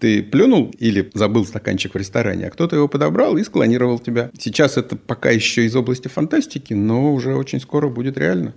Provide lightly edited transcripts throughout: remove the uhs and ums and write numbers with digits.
Ты плюнул или забыл стаканчик в ресторане, а кто-то его подобрал и склонировал тебя. Сейчас это пока еще из области фантастики, но уже очень скоро будет реально.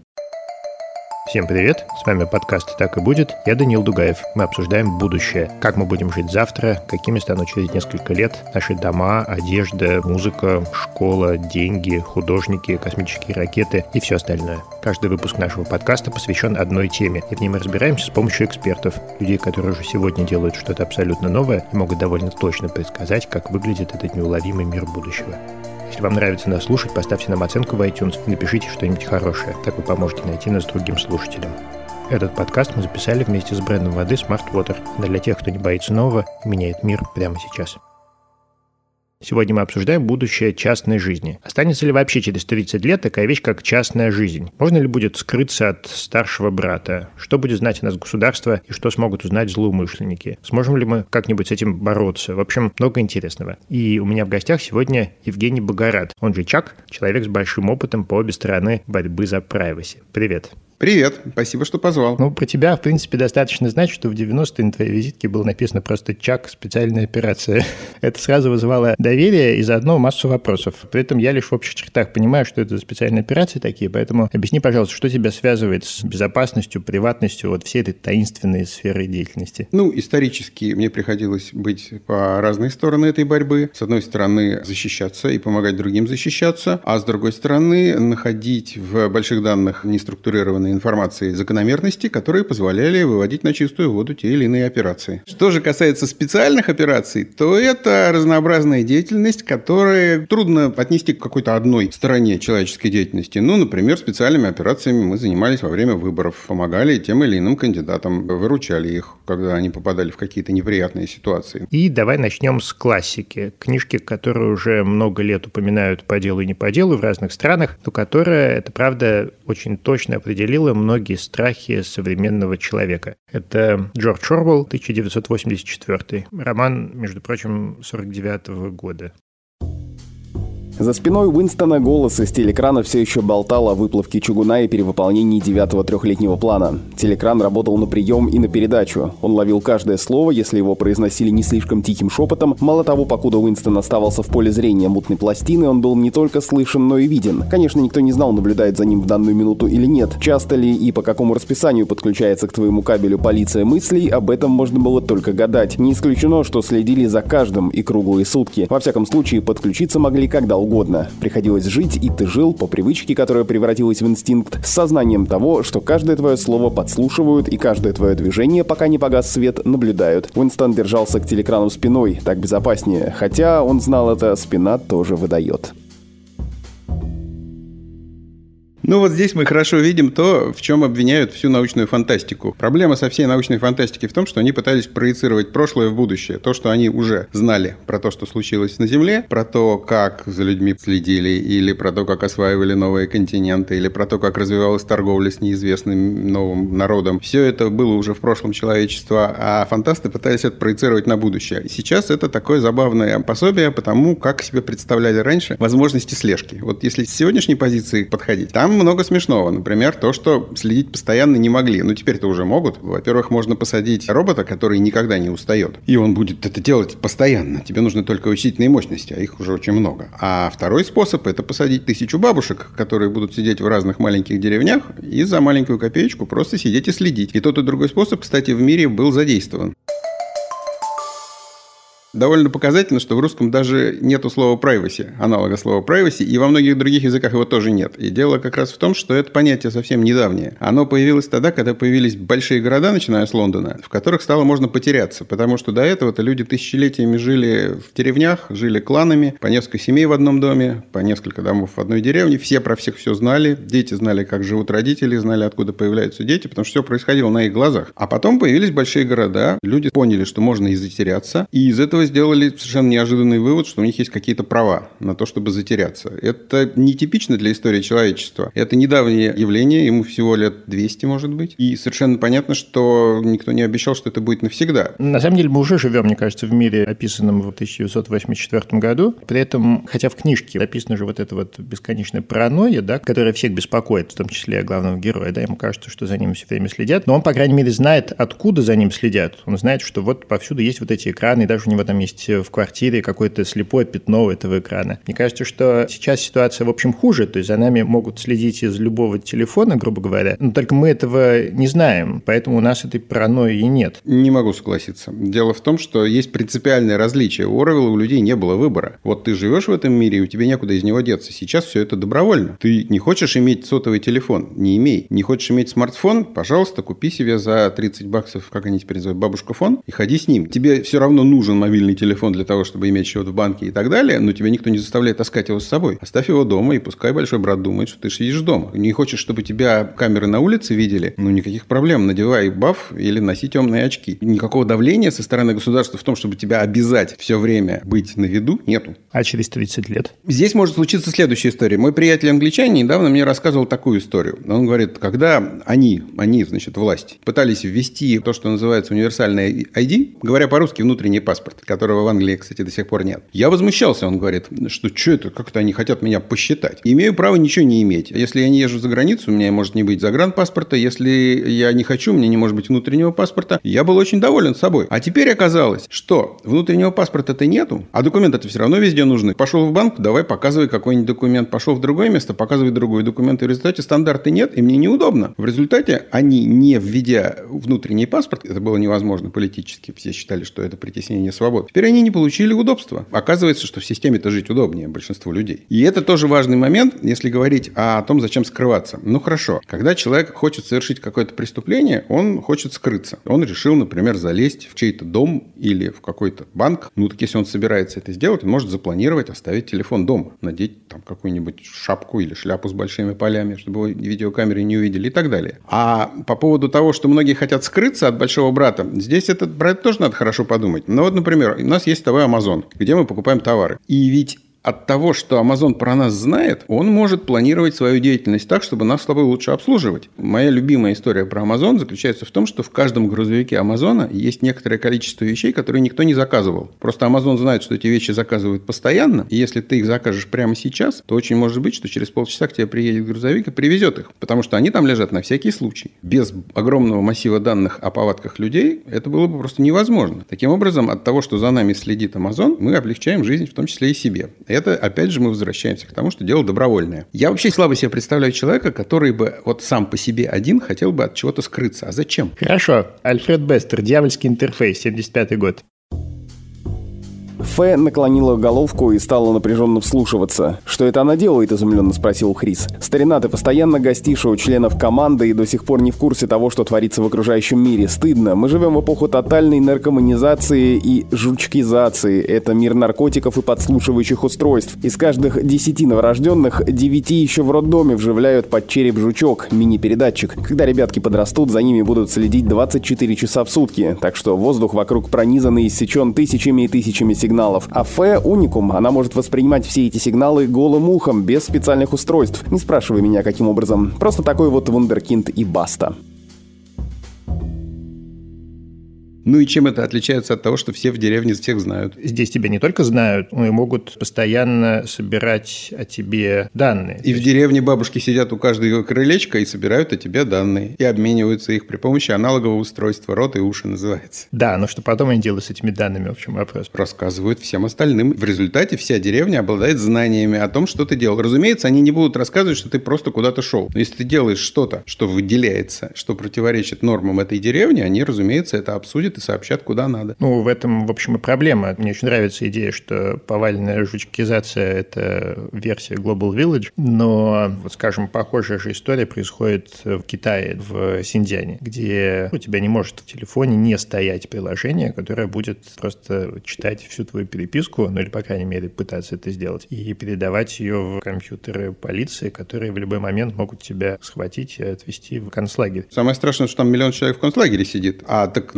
Всем привет, с вами подкаст «Так и будет». Я Даниил Дугаев. Мы обсуждаем будущее. Как мы будем жить завтра, какими станут через несколько лет наши дома, одежда, музыка, школа, деньги, художники, космические ракеты и все остальное. Каждый выпуск нашего подкаста посвящен одной теме, и в ней мы разбираемся с помощью экспертов, людей, которые уже сегодня делают что-то абсолютно новое и могут довольно точно предсказать, как выглядит этот неуловимый мир будущего. Если вам нравится нас слушать, поставьте нам оценку в iTunes и напишите что-нибудь хорошее. Так вы поможете найти нас другим слушателям. Этот подкаст мы записали вместе с брендом воды Smart Water. Она для тех, кто не боится нового и меняет мир прямо сейчас. Сегодня мы обсуждаем будущее частной жизни. Останется ли вообще через 30 лет такая вещь, как частная жизнь? Можно ли будет скрыться от старшего брата? Что будет знать о нас государство и что смогут узнать злоумышленники? Сможем ли мы как-нибудь с этим бороться? В общем, много интересного. И у меня в гостях сегодня Евгений Богорат, он же Чак, человек с большим опытом по обе стороны борьбы за privacy. Привет. Привет, спасибо, что позвал. Про тебя, в принципе, достаточно знать, что в 90-е на твоей визитке было написано просто «Чак. Специальная операция». Это сразу вызывало доверие и заодно массу вопросов. При этом я лишь в общих чертах понимаю, что это за специальные операции такие, поэтому объясни, пожалуйста, что тебя связывает с безопасностью, приватностью, всей этой таинственной сферой деятельности? Исторически мне приходилось быть по разные стороны этой борьбы. С одной стороны, защищаться и помогать другим защищаться, а с другой стороны, находить в больших данных неструктурированные информации закономерности, которые позволяли выводить на чистую воду те или иные операции. Что же касается специальных операций, то это разнообразная деятельность, которую трудно отнести к какой-то одной стороне человеческой деятельности. Например, специальными операциями мы занимались во время выборов, помогали тем или иным кандидатам, выручали их, когда они попадали в какие-то неприятные ситуации. И давай начнем с классики. Книжки, которые уже много лет упоминают по делу и не по делу в разных странах, но которая, это правда, очень точно определила многие страхи современного человека. Это Джордж Орвелл, 1984. Роман, между прочим, 49-го года. За спиной Уинстона голос из телекрана все еще болтал о выплавке чугуна и перевыполнении 9-го трехлетнего плана. Телекран работал на прием и на передачу. Он ловил каждое слово, если его произносили не слишком тихим шепотом. Мало того, покуда Уинстон оставался в поле зрения мутной пластины, он был не только слышен, но и виден. Конечно, никто не знал, наблюдает за ним в данную минуту или нет. Часто ли и по какому расписанию подключается к твоему кабелю полиция мыслей, об этом можно было только гадать. Не исключено, что следили за каждым и круглые сутки. Во всяком случае, подключиться могли когда угодно. Приходилось жить, и ты жил по привычке, которая превратилась в инстинкт, с сознанием того, что каждое твое слово подслушивают и каждое твое движение, пока не погас свет, наблюдают. Уинстон держался к телекрану спиной, так безопаснее. Хотя он знал это, спина тоже выдает. Здесь мы хорошо видим то, в чем обвиняют всю научную фантастику. Проблема со всей научной фантастикой в том, что они пытались проецировать прошлое в будущее. То, что они уже знали про то, что случилось на Земле, про то, как за людьми следили, или про то, как осваивали новые континенты, или про то, как развивалась торговля с неизвестным новым народом. Все это было уже в прошлом человечества, а фантасты пытались это проецировать на будущее. Сейчас это такое забавное пособие по тому, как себе представляли раньше возможности слежки. Если с сегодняшней позиции подходить, там много смешного. Например, то, что следить постоянно не могли. Теперь-то уже могут. Во-первых, можно посадить робота, который никогда не устает. И он будет это делать постоянно. Тебе нужны только вычислительные мощности, а их уже очень много. А второй способ – это посадить 1000 бабушек, которые будут сидеть в разных маленьких деревнях и за маленькую копеечку просто сидеть и следить. И тот, и другой способ, кстати, в мире был задействован. Довольно показательно, что в русском даже нету слова privacy, аналога слова privacy, и во многих других языках его тоже нет. И дело как раз в том, что это понятие совсем недавнее. Оно появилось тогда, когда появились большие города, начиная с Лондона, в которых стало можно потеряться, потому что до этого-то люди тысячелетиями жили в деревнях, жили кланами, по несколько семей в одном доме, по несколько домов в одной деревне, все про всех все знали, дети знали, как живут родители, знали, откуда появляются дети, потому что все происходило на их глазах. А потом появились большие города, люди поняли, что можно и затеряться, и из этого этого сделали совершенно неожиданный вывод, что у них есть какие-то права на то, чтобы затеряться. Это нетипично для истории человечества. Это недавнее явление, ему всего лет 200, может быть. И совершенно понятно, что никто не обещал, что это будет навсегда. На самом деле мы уже живем, мне кажется, в мире, описанном в 1984 году. При этом, хотя в книжке описана же вот эта вот бесконечная паранойя, да, которая всех беспокоит, в том числе главного героя, да, ему кажется, что за ним все время следят, но он, по крайней мере, знает, откуда за ним следят. Он знает, что вот повсюду есть вот эти экраны, и даже у него там есть в квартире какое-то слепое пятно этого экрана. Мне кажется, что сейчас ситуация, в общем, хуже, то есть за нами могут следить из любого телефона, грубо говоря, но только мы этого не знаем, поэтому у нас этой паранойи и нет. Не могу согласиться. Дело в том, что есть принципиальное различие. У Оруэлла у людей не было выбора. Вот ты живешь в этом мире, и у тебя некуда из него деться. Сейчас все это добровольно. Ты не хочешь иметь сотовый телефон? Не имей. Не хочешь иметь смартфон? Пожалуйста, купи себе за $30, как они теперь называют, бабушка-фон, и ходи с ним. Тебе все равно нужен мобильный телефон для того, чтобы иметь счет в банке и так далее, но тебя никто не заставляет таскать его с собой. Оставь его дома, и пускай большой брат думает, что ты сидишь дома. Не хочешь, чтобы тебя камеры на улице видели? Ну, никаких проблем. Надевай баф или носи темные очки. Никакого давления со стороны государства в том, чтобы тебя обязать все время быть на виду, нету. А через 30 лет? Здесь может случиться следующая история. Мой приятель англичанин недавно мне рассказывал такую историю. Он говорит, когда они, значит, власть, пытались ввести то, что называется универсальное ID, говоря по-русски, внутренний паспорт, которого в Англии, кстати, до сих пор нет. Я возмущался, он говорит, что это, как-то они хотят меня посчитать. Имею право ничего не иметь. Если я не езжу за границу, у меня может не быть загранпаспорта. Если я не хочу, у меня не может быть внутреннего паспорта. Я был очень доволен собой. А теперь оказалось, что внутреннего паспорта-то нету, а документы-то все равно везде нужны. Пошел в банк, давай показывай какой-нибудь документ. Пошел в другое место, показывай другой документ. И в результате стандарта нет, и мне неудобно. В результате они, не введя внутренний паспорт, это было невозможно политически, все считали, что это притеснение свобод. Теперь они не получили удобства. Оказывается, что в системе-то жить удобнее большинству людей. И это тоже важный момент, если говорить о том, зачем скрываться. Ну хорошо, когда человек хочет совершить какое-то преступление, он хочет скрыться. Он решил, например, залезть в чей-то дом или в какой-то банк. Ну так если он собирается это сделать, он может запланировать оставить телефон дома, надеть там какую-нибудь шапку или шляпу с большими полями, чтобы его видеокамеры не увидели и так далее. А по поводу того, что многие хотят скрыться от большого брата, здесь про это тоже надо хорошо подумать. Ну вот, например, у нас есть ТВ Amazon, где мы покупаем товары. И ведь от того, что Amazon про нас знает, он может планировать свою деятельность так, чтобы нас с тобой лучше обслуживать. Моя любимая история про Amazon заключается в том, что в каждом грузовике Amazon есть некоторое количество вещей, которые никто не заказывал. Просто Amazon знает, что эти вещи заказывают постоянно, и если ты их закажешь прямо сейчас, то очень может быть, что через полчаса к тебе приедет грузовик и привезет их, потому что они там лежат на всякий случай. Без огромного массива данных о повадках людей это было бы просто невозможно. Таким образом, от того, что за нами следит Amazon, мы облегчаем жизнь, в том числе и себе. Это, опять же, мы возвращаемся к тому, что дело добровольное. Я вообще слабо себе представляю человека, который бы вот сам по себе один хотел бы от чего-то скрыться. А зачем? Хорошо. Альфред Бестер, «Дьявольский интерфейс», 75-й год. Фэ наклонила головку и стала напряженно вслушиваться. «Что это она делает?» – изумленно спросил Хрис. «Старина, ты постоянно гостишь у членов команды и до сих пор не в курсе того, что творится в окружающем мире. Стыдно. Мы живем в эпоху тотальной наркоманизации и жучкизации. Это мир наркотиков и подслушивающих устройств. Из каждых 10 новорожденных 9 еще в роддоме вживляют под череп жучок, мини-передатчик. Когда ребятки подрастут, за ними будут следить 24 часа в сутки. Так что воздух вокруг пронизан и иссечен тысячами и тысячами сигналов. А Фэ уникум, она может воспринимать все эти сигналы голым ухом, без специальных устройств. Не спрашивай меня, каким образом. Просто такой вот вундеркинд и баста». Ну и чем это отличается от того, что все в деревне всех знают? Здесь тебя не только знают, но и могут постоянно собирать о тебе данные. И в деревне бабушки сидят у каждого крылечка и собирают о тебе данные. И обмениваются их при помощи аналогового устройства. Рот и уши называется. Да, но что потом они делают с этими данными, в чем вопрос? Рассказывают всем остальным. В результате вся деревня обладает знаниями о том, что ты делал. Разумеется, они не будут рассказывать, что ты просто куда-то шел. Но если ты делаешь что-то, что выделяется, что противоречит нормам этой деревни, они, разумеется, это обсудят и сообщат, куда надо. Ну, в этом, в общем, и проблема. Мне очень нравится идея, что повальная жучкизация – это версия Global Village, но, вот, скажем, похожая же история происходит в Китае, в Синьцзяне, где у тебя не может в телефоне не стоять приложение, которое будет просто читать всю твою переписку, ну или, по крайней мере, пытаться это сделать, и передавать ее в компьютеры полиции, которые в любой момент могут тебя схватить и отвезти в концлагерь. Самое страшное, что там 1 миллион человек в концлагере сидит, а так на все остальные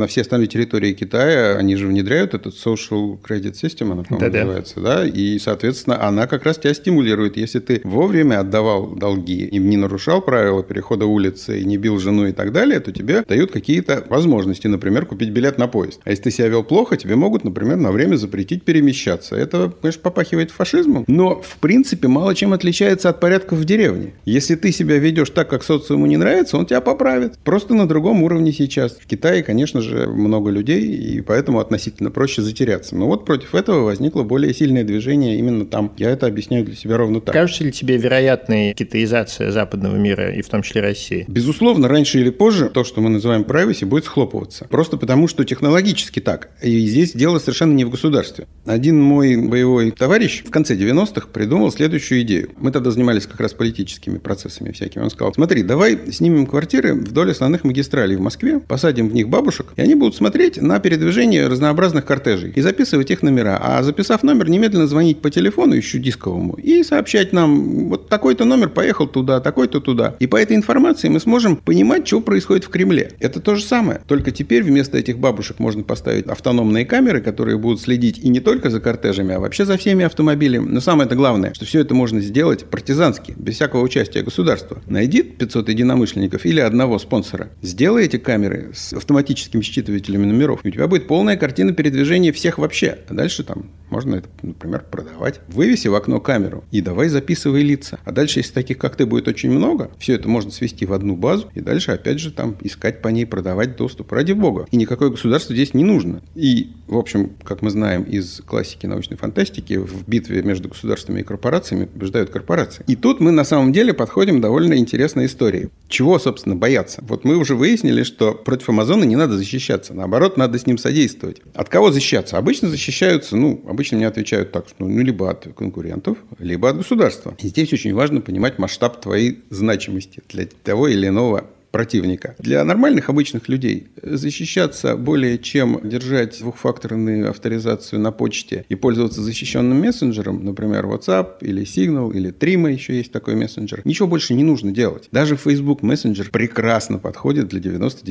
остальной территории Китая они же внедряют этот social credit system, она, по-моему, называется, да, и, соответственно, она как раз тебя стимулирует. Если ты вовремя отдавал долги и не нарушал правила перехода улицы, и не бил жену и так далее, то тебе дают какие-то возможности, например, купить билет на поезд. А если ты себя вел плохо, тебе могут, например, на время запретить перемещаться. Это, конечно, попахивает фашизмом, но, в принципе, мало чем отличается от порядков в деревне. Если ты себя ведешь так, как социуму не нравится, он тебя поправит. Просто на другом уровне сейчас. В Китае, конечно же, много людей, и поэтому относительно проще затеряться. Но вот против этого возникло более сильное движение именно там. Я это объясняю для себя ровно так. Кажется ли тебе вероятной китаизация западного мира, и в том числе России? Безусловно, раньше или позже то, что мы называем privacy, будет схлопываться. Просто потому, что технологически так. И здесь дело совершенно не в государстве. Один мой боевой товарищ в конце 90-х придумал следующую идею. Мы тогда занимались как раз политическими процессами всякими. Он сказал: смотри, давай снимем квартиры вдоль основных магистралей в Москве, посадим в них бабушек, и они будут смотреть на передвижение разнообразных кортежей и записывать их номера. А записав номер, немедленно звонить по телефону, еще дисковому, и сообщать нам: вот такой-то номер поехал туда, такой-то туда. И по этой информации мы сможем понимать, что происходит в Кремле. Это то же самое. Только теперь вместо этих бабушек можно поставить автономные камеры, которые будут следить и не только за кортежами, а вообще за всеми автомобилями. Но самое-то главное, что все это можно сделать партизански, без всякого участия государства. Найди 500 единомышленников или одного спонсора. Сделай эти камеры с автоматическими считывателями номеров. И у тебя будет полная картина передвижения всех вообще. А дальше там можно это, например, продавать. Вывеси в окно камеру и давай записывай лица. А дальше, если таких, как ты, будет очень много, все это можно свести в одну базу и дальше, опять же, там искать по ней, продавать доступ. Ради бога. И никакое государство здесь не нужно. И, в общем, как мы знаем из классики научной фантастики, в битве между государствами и корпорациями побеждают корпорации. И тут мы на самом деле подходим к довольно интересной истории. Чего, собственно, бояться? Вот мы уже выяснили, что против Амазона не надо защищаться. Наоборот, надо с ним содействовать. От кого защищаться? Обычно защищаются, обычно мне отвечают так, что либо от конкурентов, либо от государства. И здесь очень важно понимать масштаб твоей значимости для того или иного противника. Для нормальных, обычных людей защищаться более чем держать двухфакторную авторизацию на почте и пользоваться защищенным мессенджером, например, WhatsApp или Signal, или Trimo еще есть такой мессенджер, ничего больше не нужно делать. Даже Facebook Messenger прекрасно подходит для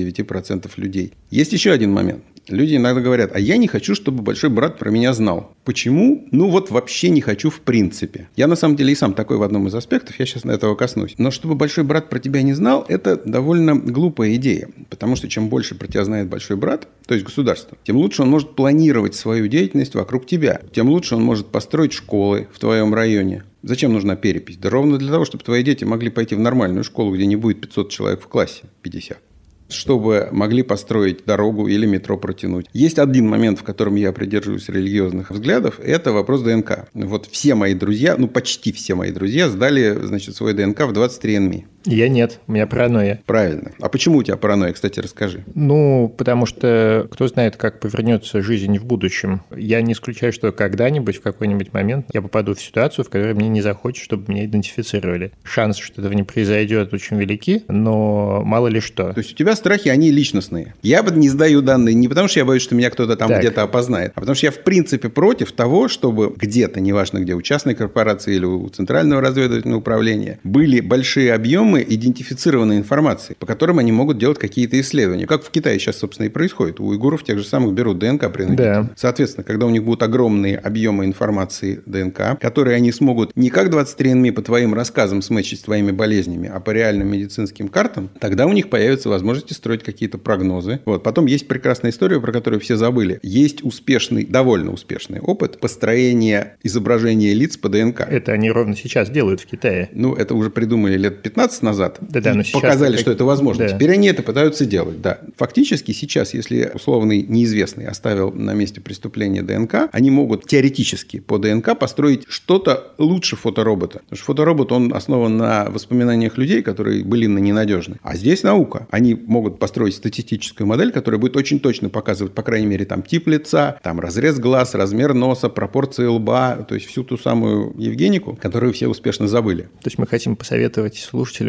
99% людей. Есть еще один момент. Люди иногда говорят: а я не хочу, чтобы большой брат про меня знал. Почему? Вообще не хочу в принципе. Я на самом деле и сам такой в одном из аспектов, я сейчас на этого коснусь. Но чтобы большой брат про тебя не знал, это довольно глупая идея. Потому что чем больше про тебя знает большой брат, то есть государство, тем лучше он может планировать свою деятельность вокруг тебя. Тем лучше он может построить школы в твоем районе. Зачем нужна перепись? Да ровно для того, чтобы твои дети могли пойти в нормальную школу, где не будет 500 человек в классе, 50. Чтобы могли построить дорогу или метро протянуть. Есть один момент, в котором я придерживаюсь религиозных взглядов, это вопрос ДНК. Вот все мои друзья, почти все мои друзья сдали, свой ДНК в 23andMe. Я нет, у меня паранойя. Правильно. А почему у тебя паранойя, кстати, расскажи. Потому что кто знает, как повернется жизнь в будущем. Я не исключаю, что когда-нибудь, в какой-нибудь момент я попаду в ситуацию, в которой мне не захочется, чтобы меня идентифицировали. Шансы, что этого не произойдет, очень велики, но мало ли что. То есть у тебя страхи, они личностные. Я не сдаю данные не потому, что я боюсь, что меня кто-то там где-то опознает, а потому что я в принципе против того, чтобы где-то, неважно где, у частной корпорации или у Центрального разведывательного управления, были большие объемы идентифицированной информации, по которым они могут делать какие-то исследования. Как в Китае сейчас, собственно, и происходит. У уйгуров тех же самых берут ДНК принудительно. Да. Соответственно, когда у них будут огромные объемы информации ДНК, которые они смогут не как 23andMe по твоим рассказам сметчить с твоими болезнями, а по реальным медицинским картам, тогда у них появятся возможности строить какие-то прогнозы. Потом есть прекрасная история, про которую все забыли. Есть довольно успешный опыт построения изображения лиц по ДНК. Это они ровно сейчас делают в Китае. Это уже придумали лет 15 назад. Но показали, что это возможно. Да. Теперь они это пытаются делать. Да. Фактически сейчас, если условный неизвестный оставил на месте преступления ДНК, они могут теоретически по ДНК построить что-то лучше фоторобота. Потому что фоторобот, он основан на воспоминаниях людей, которые были ненадежны. А здесь наука. Они могут построить статистическую модель, которая будет очень точно показывать, по крайней мере, тип лица, разрез глаз, размер носа, пропорции лба, то есть всю ту самую Евгенику, которую все успешно забыли. То есть мы хотим посоветовать слушателям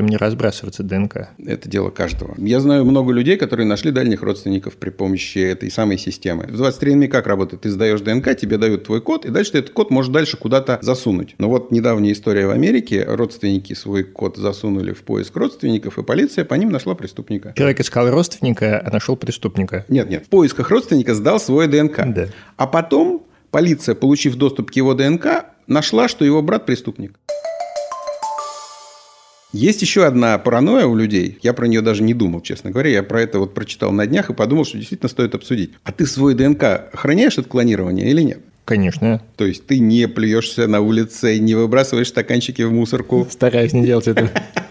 им не разбрасываться ДНК? Это дело каждого. Я знаю много людей, которые нашли дальних родственников при помощи этой самой системы. В 23andMe как работает? Ты сдаешь ДНК, тебе дают твой код, и дальше ты этот код можешь дальше куда-то засунуть. Но вот недавняя история в Америке. Родственники свой код засунули в поиск родственников, и полиция по ним нашла преступника. Человек искал родственника, а нашел преступника. Нет. В поисках родственника сдал свой ДНК. Да. А потом полиция, получив доступ к его ДНК, нашла, что его брат преступник. Есть еще одна паранойя у людей. Я про нее даже не думал, честно говоря. Я про это вот прочитал на днях и подумал, что действительно стоит обсудить. А ты свой ДНК охраняешь от клонирования или нет? Конечно. То есть ты не плюешься на улице, не выбрасываешь стаканчики в мусорку? Стараюсь не делать этого.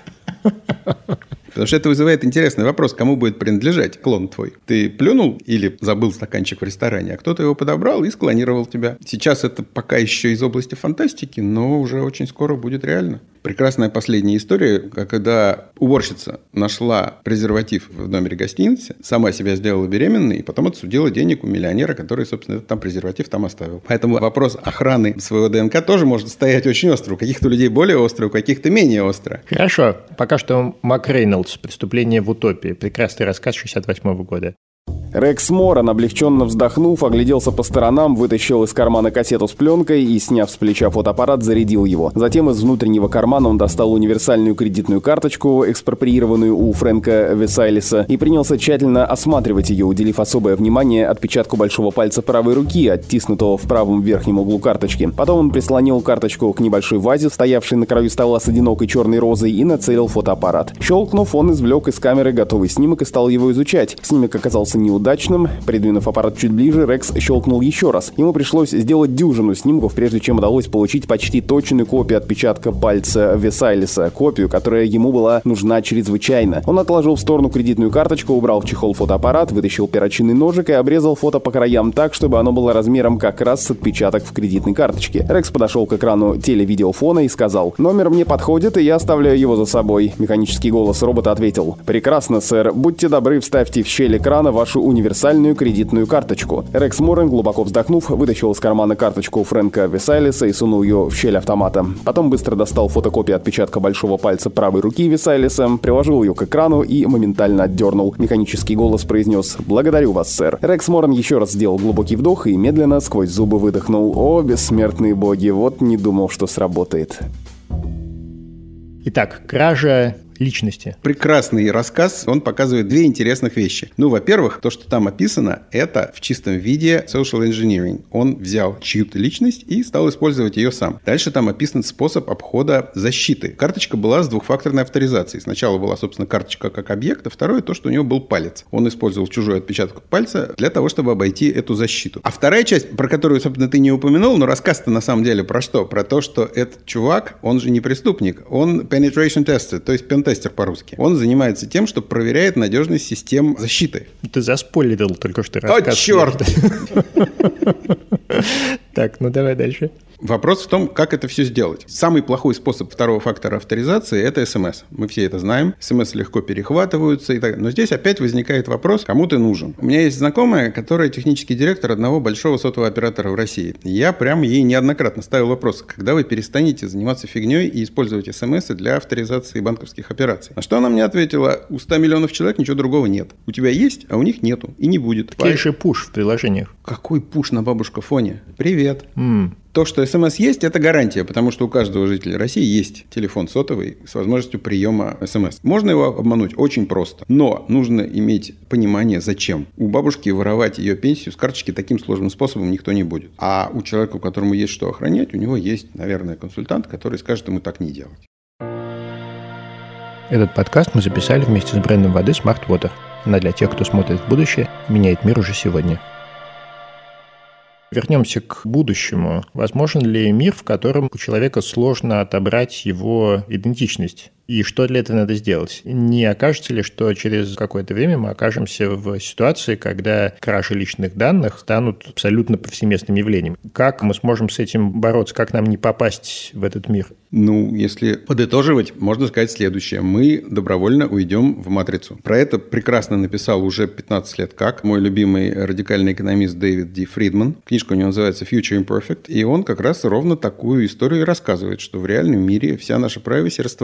Потому что это вызывает интересный вопрос, кому будет принадлежать клон твой. Ты плюнул или забыл стаканчик в ресторане, а кто-то его подобрал и склонировал тебя. Сейчас это пока еще из области фантастики, но уже очень скоро будет реально. Прекрасная последняя история, когда уборщица нашла презерватив в номере гостиницы, сама себя сделала беременной и потом отсудила денег у миллионера, который, собственно, этот там презерватив там оставил. Поэтому вопрос охраны своего ДНК тоже может стоять очень остро. У каких-то людей более остро, у каких-то менее остро. Хорошо. Пока что Мак Рейнольдс «Преступление в утопии». Прекрасный рассказ 1968 года. Рекс Моран, облегченно вздохнув, огляделся по сторонам, вытащил из кармана кассету с пленкой и, сняв с плеча фотоаппарат, зарядил его. Затем из внутреннего кармана он достал универсальную кредитную карточку, экспроприированную у Фрэнка Весайлиса, и принялся тщательно осматривать ее, уделив особое внимание отпечатку большого пальца правой руки, оттиснутого в правом верхнем углу карточки. Потом он прислонил карточку к небольшой вазе, стоявшей на краю стола с одинокой черной розой, и нацелил фотоаппарат. Щелкнув, он извлек из камеры готовый снимок и стал его изучать. Снимок оказался неудачным. Придвинув аппарат чуть ближе, Рекс щелкнул еще раз. Ему пришлось сделать дюжину снимков, прежде чем удалось получить почти точную копию отпечатка пальца Весайлиса, копию, которая ему была нужна чрезвычайно. Он отложил в сторону кредитную карточку, убрал в чехол фотоаппарат, вытащил перочинный ножик и обрезал фото по краям так, чтобы оно было размером как раз с отпечаток в кредитной карточке. Рекс подошел к экрану телевидеофона и сказал: «Номер мне подходит, и я оставляю его за собой». Механический голос робота ответил: «Прекрасно, сэр. Будьте добры, вставьте в щель экрана вашу универсальную кредитную карточку». Рекс Моран, глубоко вздохнув, вытащил из кармана карточку Фрэнка Весайлиса и сунул ее в щель автомата. Потом быстро достал фотокопию отпечатка большого пальца правой руки Весайлиса, приложил ее к экрану и моментально отдернул. Механический голос произнес: «Благодарю вас, сэр». Рекс Моран еще раз сделал глубокий вдох и медленно сквозь зубы выдохнул: «О, бессмертные боги, вот не думал, что сработает». Итак, кража личности. Прекрасный рассказ, он показывает две интересных вещи. Во-первых, то, что там описано, это в чистом виде social engineering. Он взял чью-то личность и стал использовать ее сам. Дальше там описан способ обхода защиты. Карточка была с двухфакторной авторизацией. Сначала была, собственно, карточка как объект, а второе то, что у него был палец. Он использовал чужой отпечаток пальца для того, чтобы обойти эту защиту. А вторая часть, про которую, собственно, ты не упомянул, но рассказ-то на самом деле про что? Про то, что этот чувак, он же не преступник, он penetration tester, то есть тестер по-русски. Он занимается тем, что проверяет надежность систем защиты. Ты заспойлерил только что рассказ. О, черт! Так, давай дальше. Вопрос в том, как это все сделать. Самый плохой способ второго фактора авторизации – это СМС. Мы все это знаем. СМС легко перехватываются и так далее. Но здесь опять возникает вопрос, кому ты нужен. У меня есть знакомая, которая технический директор одного большого сотового оператора в России. Я прям ей неоднократно ставил вопрос, когда вы перестанете заниматься фигней и использовать СМС для авторизации банковских операций. На что она мне ответила: у 100 миллионов человек ничего другого нет. У тебя есть, а у них нету. И не будет. Какой пуш в приложениях? Какой пуш на бабушка-фоне? Привет. То, что СМС есть, это гарантия, потому что у каждого жителя России есть телефон сотовый с возможностью приема СМС. Можно его обмануть очень просто, но нужно иметь понимание, зачем. У бабушки воровать ее пенсию с карточки таким сложным способом никто не будет. А у человека, у которому есть что охранять, у него есть, наверное, консультант, который скажет ему так не делать. Этот подкаст мы записали вместе с брендом воды Smart Water. Она для тех, кто смотрит в будущее, меняет мир уже сегодня. Вернемся к будущему. Возможен ли мир, в котором у человека сложно отобрать его идентичность? И что для этого надо сделать? Не окажется ли, что через какое-то время мы окажемся в ситуации, когда кражи личных данных станут абсолютно повсеместным явлением? Как мы сможем с этим бороться? Как нам не попасть в этот мир? Если подытоживать, можно сказать следующее. Мы добровольно уйдем в матрицу. Про это прекрасно написал уже 15 лет как мой любимый радикальный экономист Дэвид Ди Фридман. Книжка у него называется Future Imperfect. И он как раз ровно такую историю и рассказывает, что в реальном мире вся наша privacy растворяется.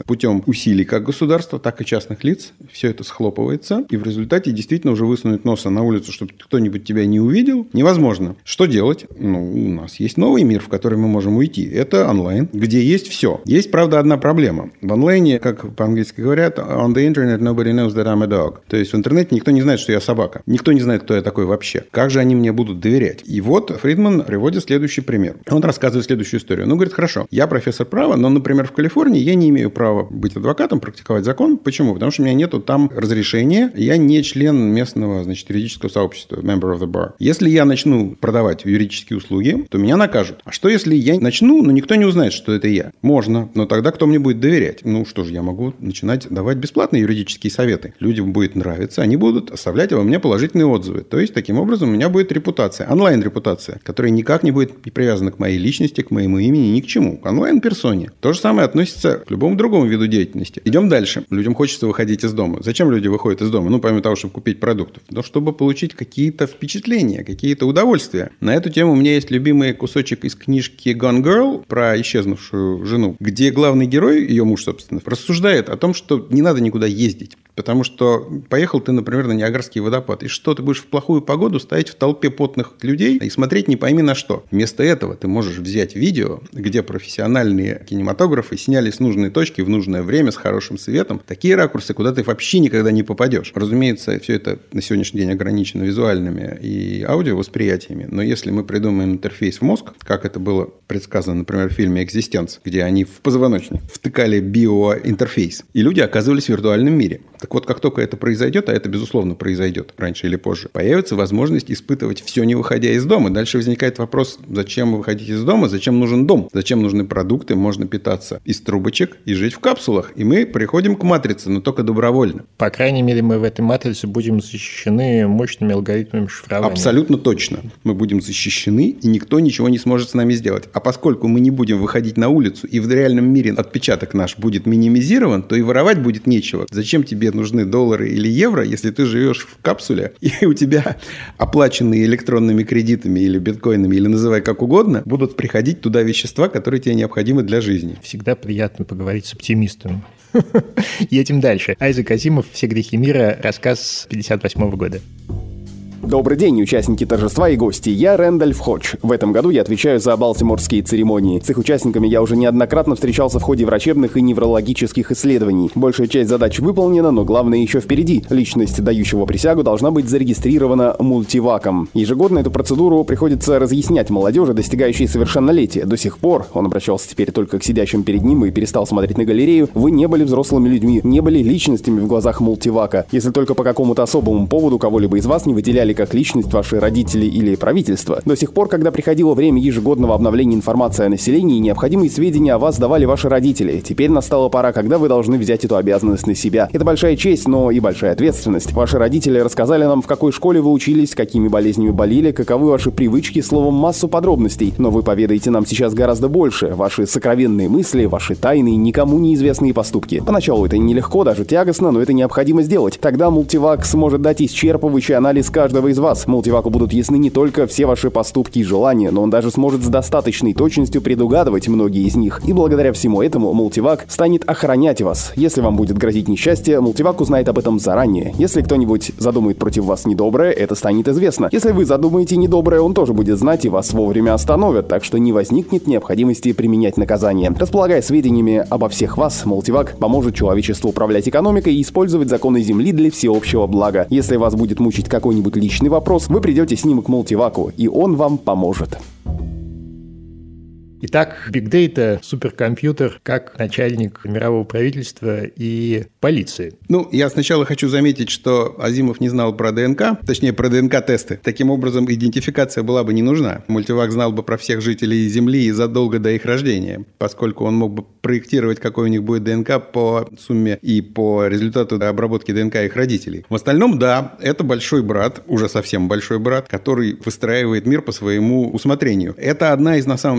путем усилий как государства, так и частных лиц. Все это схлопывается. И в результате действительно уже высунуть носа на улицу, чтобы кто-нибудь тебя не увидел, невозможно. Что делать? У нас есть новый мир, в который мы можем уйти. Это онлайн, где есть все. Есть, правда, одна проблема. В онлайне, как по-английски говорят, on the internet nobody knows that I'm a dog. То есть в интернете никто не знает, что я собака. Никто не знает, кто я такой вообще. Как же они мне будут доверять? И вот Фридман приводит следующий пример. Он рассказывает следующую историю. Он говорит, хорошо, я профессор права, но, например, в Калифорнии я не имею права быть адвокатом, практиковать закон. Почему? Потому что у меня нету там разрешения. Я не член местного, юридического сообщества, member of the bar. Если я начну продавать юридические услуги, то меня накажут. А что, если я начну, но никто не узнает, что это я? Можно, но тогда кто мне будет доверять? Что же, я могу начинать давать бесплатные юридические советы. Людям будет нравиться, они будут оставлять обо мне положительные отзывы. То есть, таким образом, у меня будет репутация, онлайн-репутация, которая никак не будет привязана к моей личности, к моему имени, ни к чему, к онлайн-персоне. То же самое относится к любому другому виду деятельности. Идем дальше. Людям хочется выходить из дома. Зачем люди выходят из дома? Помимо того, чтобы купить продуктов. Но чтобы получить какие-то впечатления, какие-то удовольствия. На эту тему у меня есть любимый кусочек из книжки Gone Girl про исчезнувшую жену, где главный герой, ее муж, собственно, рассуждает о том, что не надо никуда ездить. Потому что поехал ты, например, на Ниагарский водопад, и что, ты будешь в плохую погоду стоять в толпе потных людей и смотреть не пойми на что. Вместо этого ты можешь взять видео, где профессиональные кинематографы сняли с нужной точки в нужное время, с хорошим светом, такие ракурсы, куда ты вообще никогда не попадешь. Разумеется, все это на сегодняшний день ограничено визуальными и аудиовосприятиями, но если мы придумаем интерфейс в мозг, как это было предсказано, например, в фильме «Экзистенц», где они в позвоночник втыкали биоинтерфейс, и люди оказывались в виртуальном мире. Так вот, как только это произойдет, а это, безусловно, произойдет раньше или позже, появится возможность испытывать все, не выходя из дома. Дальше возникает вопрос, зачем выходить из дома, зачем нужен дом, зачем нужны продукты, можно питаться из трубочек и жить в капсулах. И мы приходим к матрице, но только добровольно. По крайней мере, мы в этой матрице будем защищены мощными алгоритмами шифрования. Абсолютно точно. Мы будем защищены, и никто ничего не сможет с нами сделать. А поскольку мы не будем выходить на улицу, и в реальном мире отпечаток наш будет минимизирован, то и воровать будет нечего. Зачем тебе нужны доллары или евро, если ты живешь в капсуле, и у тебя оплаченные электронными кредитами или биткоинами, или называй как угодно, будут приходить туда вещества, которые тебе необходимы для жизни. Всегда приятно поговорить с оптимистом. Едем дальше. Айзек Азимов «Все грехи мира», рассказ 1958 года. Добрый день, участники торжества и гости. Я Рэндольф Ходж. В этом году я отвечаю за балтиморские церемонии. С их участниками я уже неоднократно встречался в ходе врачебных и неврологических исследований. Большая часть задач выполнена, но главное еще впереди. Личность, дающего присягу, должна быть зарегистрирована мультиваком. Ежегодно эту процедуру приходится разъяснять молодежи, достигающей совершеннолетия. До сих пор, он обращался теперь только к сидящим перед ним и перестал смотреть на галерею, вы не были взрослыми людьми, не были личностями в глазах мультивака. Если только по какому-то особому поводу кого-либо из вас не выделяли как личность ваши родители или правительство. До сих пор, когда приходило время ежегодного обновления информации о населении, необходимые сведения о вас давали ваши родители. Теперь настала пора, когда вы должны взять эту обязанность на себя. Это большая честь, но и большая ответственность. Ваши родители рассказали нам, в какой школе вы учились, какими болезнями болели, каковы ваши привычки, словом, массу подробностей. Но вы поведаете нам сейчас гораздо больше. Ваши сокровенные мысли, ваши тайные, никому неизвестные поступки. Поначалу это нелегко, даже тягостно, но это необходимо сделать. Тогда мультивак сможет дать исчерпывающий анализ каждого из вас. Мультиваку будут ясны не только все ваши поступки и желания, но он даже сможет с достаточной точностью предугадывать многие из них. И благодаря всему этому мультивак станет охранять вас. Если вам будет грозить несчастье, мультивак узнает об этом заранее. Если кто-нибудь задумает против вас недоброе, это станет известно. Если вы задумаете недоброе, он тоже будет знать и вас вовремя остановят, так что не возникнет необходимости применять наказание. Располагая сведениями обо всех вас, мультивак поможет человечеству управлять экономикой и использовать законы Земли для всеобщего блага. Если вас будет мучить какой-нибудь личный вопрос, вы придете с ним к мультиваку, и он вам поможет. Итак, Big Data, суперкомпьютер, как начальник мирового правительства и полиции. Я сначала хочу заметить, что Азимов не знал про ДНК, точнее, про ДНК-тесты. Таким образом, идентификация была бы не нужна. Мультивак знал бы про всех жителей Земли задолго до их рождения, поскольку он мог бы проектировать, какой у них будет ДНК по сумме и по результату обработки ДНК их родителей. В остальном, да, это большой брат, уже совсем большой брат, который выстраивает мир по своему усмотрению. Это одна из, на самом деле, огромных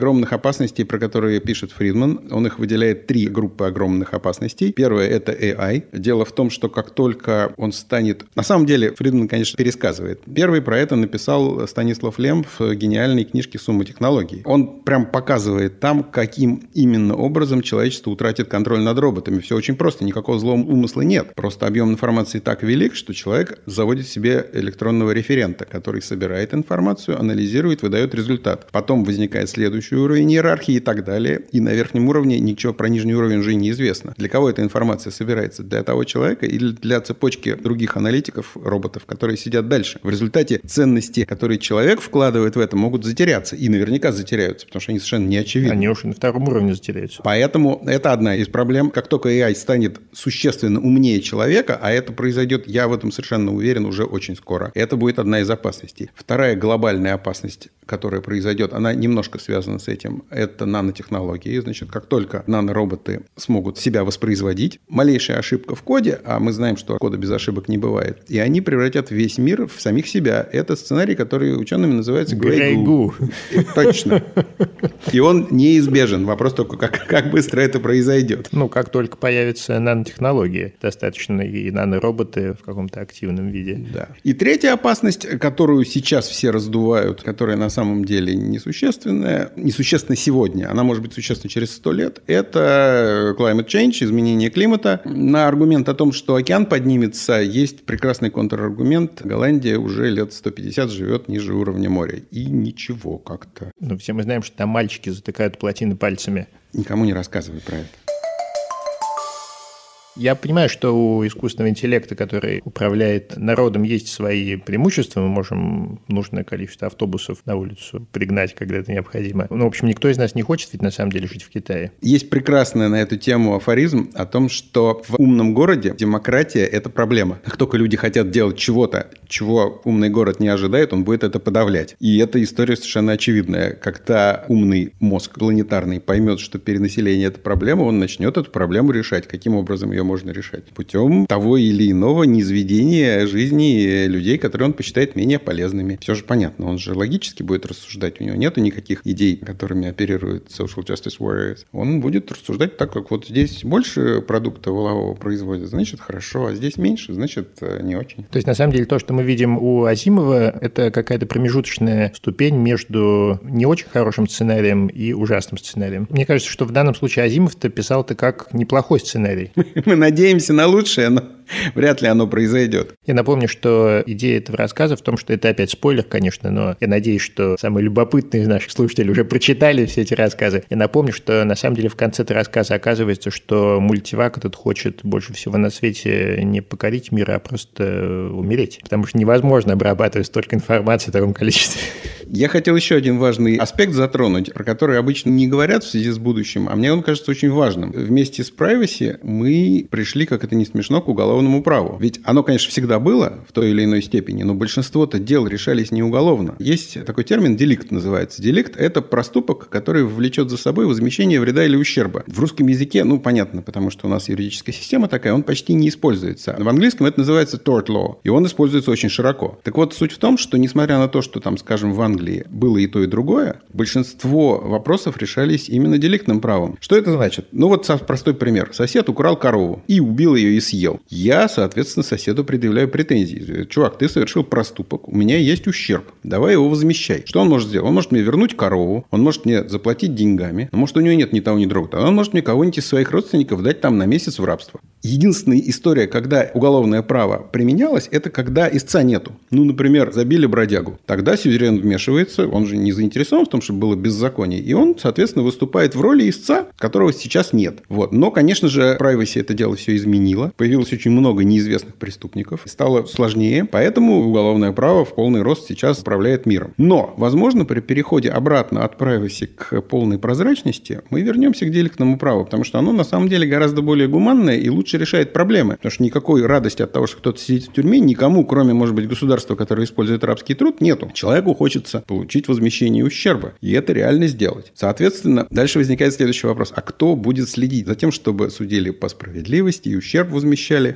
огромных опасностей, про которые пишет Фридман. Он их выделяет 3 группы огромных опасностей. Первое – это AI. Дело в том, что как только он станет... На самом деле, Фридман, конечно, пересказывает. Первый про это написал Станислав Лем в гениальной книжке «Сумма технологий». Он прям показывает там, каким именно образом человечество утратит контроль над роботами. Все очень просто, никакого злого умысла нет. Просто объем информации так велик, что человек заводит себе электронного референта, который собирает информацию, анализирует, выдает результат. Потом возникает следующий уровень иерархии и так далее. И на верхнем уровне ничего про нижний уровень уже неизвестно. Для кого эта информация собирается? Для того человека или для цепочки других аналитиков, роботов, которые сидят дальше? В результате ценности, которые человек вкладывает в это, могут затеряться. И наверняка затеряются, потому что они совершенно не очевидны. Они уже на втором уровне затеряются. Поэтому это одна из проблем. Как только AI станет существенно умнее человека, а это произойдет, я в этом совершенно уверен, уже очень скоро, это будет одна из опасностей. Вторая глобальная опасность, которая произойдет, она немножко связана с этим, это нанотехнологии. Значит, как только нанороботы смогут себя воспроизводить, малейшая ошибка в коде, а мы знаем, что кода без ошибок не бывает, и они превратят весь мир в самих себя. Это сценарий, который учеными называется Grey Goo. Точно. И он неизбежен. Вопрос только, как быстро это произойдет. Ну, как только появятся нанотехнологии, достаточно и нанороботы в каком-то активном виде. Да. И третья опасность, которую сейчас все раздувают, которая на самом деле несущественная сегодня, она может быть существенна через 100 лет, это climate change, изменение климата. На аргумент о том, что океан поднимется, есть прекрасный контраргумент. Голландия уже лет 150 живет ниже уровня моря. И ничего как-то. Ну, все мы знаем, что там мальчики затыкают плотины пальцами. Никому не рассказывай про это. Я понимаю, что у искусственного интеллекта, который управляет народом, есть свои преимущества. Мы можем нужное количество автобусов на улицу пригнать, когда это необходимо. Ну, в общем, никто из нас не хочет ведь на самом деле жить в Китае. Есть прекрасный на эту тему афоризм о том, что в умном городе демократия – это проблема. Как только люди хотят делать чего-то, чего умный город не ожидает, он будет это подавлять. И эта история совершенно очевидная. Когда умный мозг планетарный поймет, что перенаселение – это проблема, он начнет эту проблему решать. Каким образом ее можно решать? Путем того или иного низведения жизни людей, которые он посчитает менее полезными. Все же понятно, он же логически будет рассуждать. У него нету никаких идей, которыми оперируют social justice warriors. Он будет рассуждать так, как вот здесь больше продукта валового производят, значит хорошо, а здесь меньше, значит не очень. То есть, на самом деле, то, что мы видим у Азимова, это какая-то промежуточная ступень между не очень хорошим сценарием и ужасным сценарием. Мне кажется, что в данном случае Азимов-то писал-то как неплохой сценарий. Мы надеемся на лучшее, но вряд ли оно произойдет. Я напомню, что идея этого рассказа в том, что это опять спойлер, конечно, но я надеюсь, что самые любопытные из наших слушателей уже прочитали все эти рассказы. Я напомню, что на самом деле в конце этого рассказа оказывается, что мультивак этот хочет больше всего на свете не покорить мир, а просто умереть. Потому что невозможно обрабатывать столько информации в таком количестве. Я хотел еще один важный аспект затронуть, про который обычно не говорят в связи с будущим, а мне он кажется очень важным. Вместе с privacy мы пришли, как это не смешно, к уголовному праву. Ведь оно, конечно, всегда было в той или иной степени, но большинство-то дел решались не уголовно. Есть такой термин деликт называется. Деликт – это проступок, который влечет за собой возмещение вреда или ущерба. В русском языке, понятно, потому что у нас юридическая система такая, он почти не используется. В английском это называется tort law, и он используется очень широко. Так вот, суть в том, что несмотря на то, что там, скажем, в Англии было и то, и другое, большинство вопросов решались именно деликтным правом. Что это значит? Вот простой пример. Сосед украл корову и убил ее и съел. Я, соответственно, соседу предъявляю претензии. Чувак, ты совершил проступок, у меня есть ущерб, давай его возмещай. Что он может сделать? Он может мне вернуть корову, он может мне заплатить деньгами, но может у него нет ни того, ни другого. Он может мне кого-нибудь из своих родственников дать там на месяц в рабство. Единственная история, когда уголовное право применялось, это когда истца нету. Например, забили бродягу. Тогда сюзерен вмешивается, он же не заинтересован в том, чтобы было беззаконие, и он, соответственно, выступает в роли истца, которого сейчас нет. Но, конечно же, privacy это дело все изменило. Появилось очень много неизвестных преступников. Стало сложнее, поэтому уголовное право в полный рост сейчас управляет миром. Но, возможно, при переходе обратно от privacy к полной прозрачности мы вернемся к деликтному праву, потому что оно на самом деле гораздо более гуманное и лучше решает проблемы. Потому что никакой радости от того, что кто-то сидит в тюрьме, никому, кроме, может быть, государства, которое использует рабский труд, нету. Человеку хочется получить возмещение ущерба. И это реально сделать. Соответственно, дальше возникает следующий вопрос. А кто будет следить за тем, чтобы судили по справедливости и ущерб возмещали?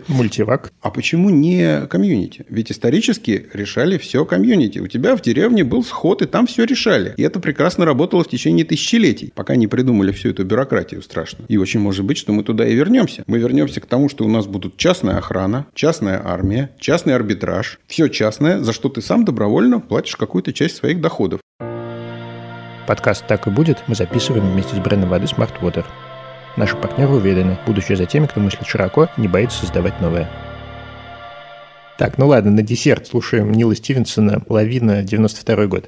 Мультивак. А почему не комьюнити? Ведь исторически решали все комьюнити. У тебя в деревне был сход, и там все решали. И это прекрасно работало в течение тысячелетий, пока не придумали всю эту бюрократию страшную. И очень может быть, что мы туда и вернемся. Мы вернемся к тому, что у нас будут частная охрана, частная армия, частный арбитраж. Все частное, за что ты сам добровольно платишь какую-то часть своих доходов. Подкаст «Так и будет» мы записываем вместе с брендом воды Smart Water. Наши партнеры уверены, будущее за теми, кто мыслит широко и не боится создавать новое. Так, ну ладно, на десерт слушаем Нила Стивенсона «Лавина», 92 год.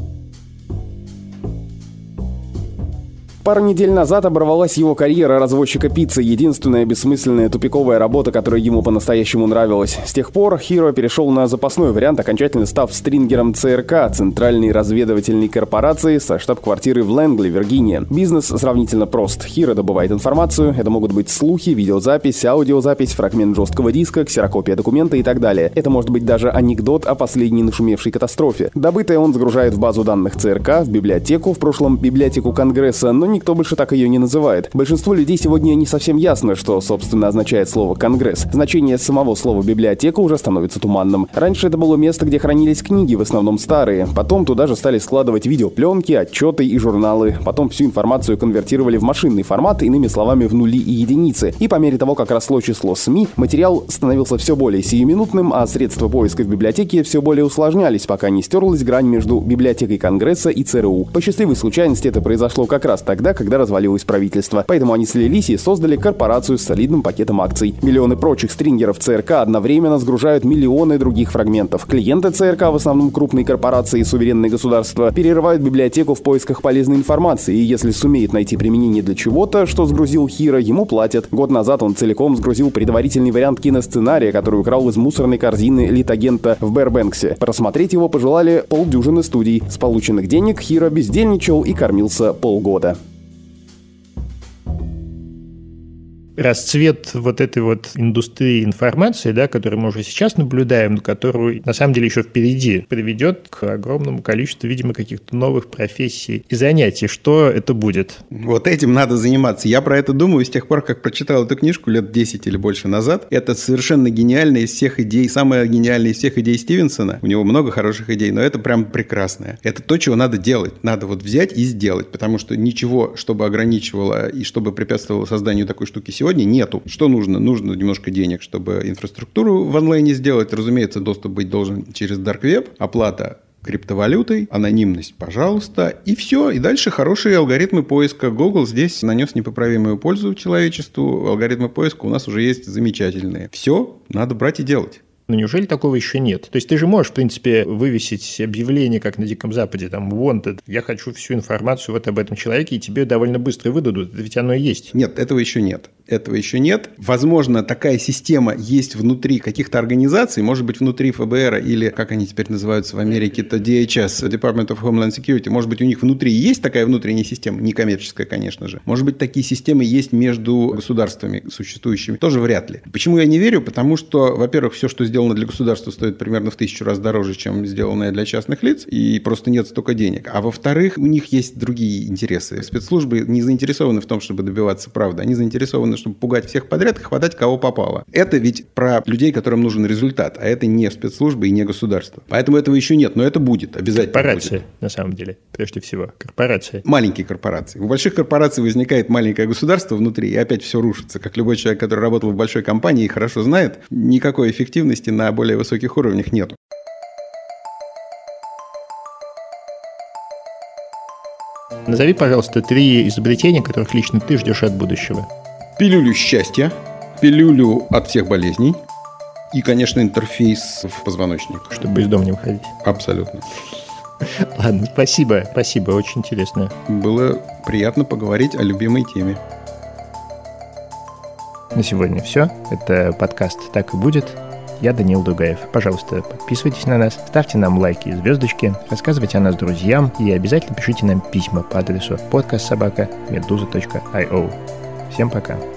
Пару недель назад оборвалась его карьера развозчика пиццы, единственная бессмысленная тупиковая работа, которая ему по-настоящему нравилась. С тех пор Хиро перешел на запасной вариант, окончательно став стрингером ЦРК, Центральной разведывательной корпорации со штаб-квартиры в Лэнгли, Виргиния. Бизнес сравнительно прост. Хиро добывает информацию, это могут быть слухи, видеозапись, аудиозапись, фрагмент жесткого диска, ксерокопия документа и так далее. Это может быть даже анекдот о последней нашумевшей катастрофе. Добытое он загружает в базу данных ЦРК, в библиотеку, в прошлом библиотеку Конгресса, но никто больше так ее не называет. Большинству людей сегодня не совсем ясно, что, собственно, означает слово «Конгресс». Значение самого слова «библиотека» уже становится туманным. Раньше это было место, где хранились книги, в основном старые. Потом туда же стали складывать видеопленки, отчеты и журналы. Потом всю информацию конвертировали в машинный формат, иными словами, в нули и единицы. И по мере того, как росло число СМИ, материал становился все более сиюминутным, а средства поиска в библиотеке все более усложнялись, пока не стерлась грань между библиотекой Конгресса и ЦРУ. По счастливой случайности это произошло как раз тогда, когда развалилось правительство. Поэтому они слились и создали корпорацию с солидным пакетом акций. Миллионы прочих стрингеров ЦРК одновременно сгружают миллионы других фрагментов. Клиенты ЦРК, в основном крупные корпорации и суверенные государства, перерывают библиотеку в поисках полезной информации, и если сумеет найти применение для чего-то, что сгрузил Хиро, ему платят. Год назад он целиком сгрузил предварительный вариант киносценария, который украл из мусорной корзины литагента в Бэрбэнксе. Просмотреть его пожелали полдюжины студий. С полученных денег Хиро бездельничал и кормился полгода. Расцвет вот этой вот индустрии информации, да, которую мы уже сейчас наблюдаем, которую на самом деле еще впереди, приведет к огромному количеству, видимо, каких-то новых профессий и занятий. Что это будет? Вот этим надо заниматься. Я про это думаю с тех пор, как прочитал эту книжку лет 10 или больше назад. Это совершенно гениальная из всех идей, самая гениальная из всех идей Стивенсона. У него много хороших идей, но это прям прекрасное. Это то, чего надо делать. Надо вот взять и сделать, потому что ничего, чтобы ограничивало и чтобы препятствовало созданию такой штуки сегодня, нету. Что нужно? Нужно немножко денег, чтобы инфраструктуру в онлайне сделать. Разумеется, доступ быть должен через Dark Web, оплата криптовалютой, анонимность, пожалуйста, и все. И дальше хорошие алгоритмы поиска. Google здесь нанес непоправимую пользу человечеству. Алгоритмы поиска у нас уже есть замечательные. Все, надо брать и делать. Но неужели такого еще нет? То есть ты же можешь, в принципе, вывесить объявление, как на Диком Западе, там, wanted, я хочу всю информацию вот об этом человеке, и тебе довольно быстро выдадут. Это ведь оно и есть. Нет, этого еще нет. Этого еще нет. Возможно, такая система есть внутри каких-то организаций, может быть, внутри ФБР или, как они теперь называются в Америке, это DHS, Department of Homeland Security. Может быть, у них внутри есть такая внутренняя система, некоммерческая, конечно же. Может быть, такие системы есть между государствами существующими. Тоже вряд ли. Почему я не верю? Потому что, во-первых, все, что сделано для государства, стоит примерно в 1000 раз дороже, чем сделанное для частных лиц, и просто нет столько денег. А во-вторых, у них есть другие интересы. Спецслужбы не заинтересованы в том, чтобы добиваться правды. Они заинтересованы, чтобы пугать всех подряд и хватать кого попало. Это ведь про людей, которым нужен результат, а это не спецслужбы и не государство. Поэтому этого еще нет, но это будет, обязательно. Корпорации, будет. На самом деле, прежде всего. Корпорации. Маленькие корпорации. У больших корпораций возникает маленькое государство внутри, и опять все рушится. Как любой человек, который работал в большой компании и хорошо знает, никакой эффективности на более высоких уровнях нету. Назови, пожалуйста, 3 изобретения, которых лично ты ждешь от будущего. Пилюлю счастья, пилюлю от всех болезней и, конечно, интерфейс в позвоночник. Чтобы из дома не выходить. Абсолютно. Ладно, спасибо, очень интересно. Было приятно поговорить о любимой теме. На сегодня все. Это подкаст «Так и будет». Я Даниил Дугаев. Пожалуйста, подписывайтесь на нас, ставьте нам лайки и звездочки, рассказывайте о нас друзьям и обязательно пишите нам письма по адресу podcast@meduza.io. Всем пока.